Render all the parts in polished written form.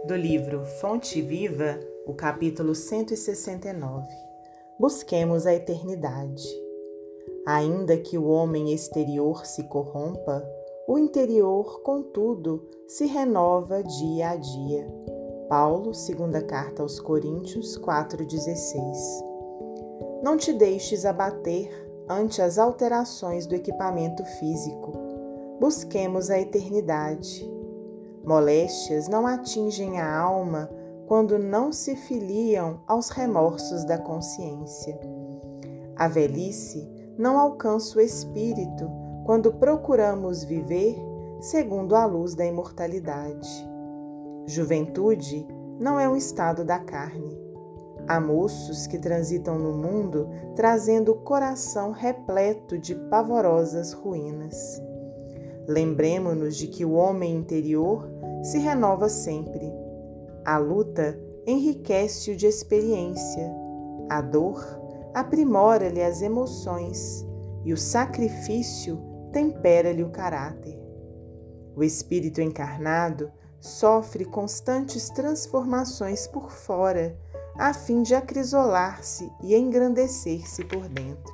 do livro Fonte Viva, o capítulo 169. Busquemos a eternidade. Ainda que o homem exterior se corrompa, o interior, contudo, se renova dia a dia. Paulo, segunda carta aos Coríntios 4,16. Não te deixes abater ante as alterações do equipamento físico. Busquemos a eternidade. Moléstias não atingem a alma quando não se filiam aos remorsos da consciência. A velhice não alcança o espírito quando procuramos viver segundo a luz da imortalidade. Juventude não é um estado da carne. Há moços que transitam no mundo trazendo o coração repleto de pavorosas ruínas. Lembremo-nos de que o homem interior se renova sempre. A luta enriquece-o de experiência, a dor aprimora-lhe as emoções e o sacrifício tempera-lhe o caráter. O espírito encarnado sofre constantes transformações por fora, a fim de acrisolar-se e engrandecer-se por dentro.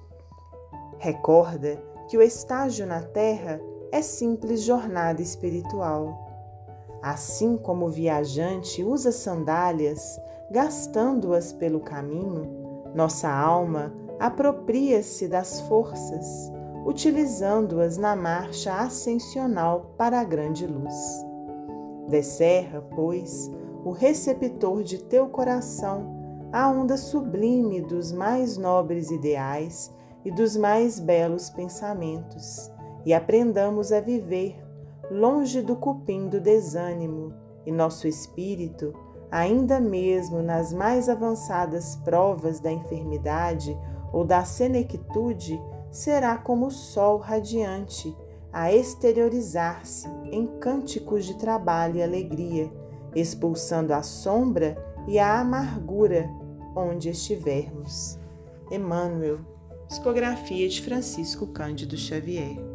Recorda que o estágio na terra é simples jornada espiritual. Assim como o viajante usa sandálias, gastando-as pelo caminho, nossa alma apropria-se das forças, utilizando-as na marcha ascensional para a grande luz. Descerra, pois, o receptor de teu coração a onda sublime dos mais nobres ideais e dos mais belos pensamentos, e aprendamos a viver longe do cupim do desânimo, e nosso espírito, ainda mesmo nas mais avançadas provas da enfermidade ou da senectude, será como o sol radiante, a exteriorizar-se em cânticos de trabalho e alegria, expulsando a sombra e a amargura onde estivermos. Emmanuel, psicografia de Francisco Cândido Xavier.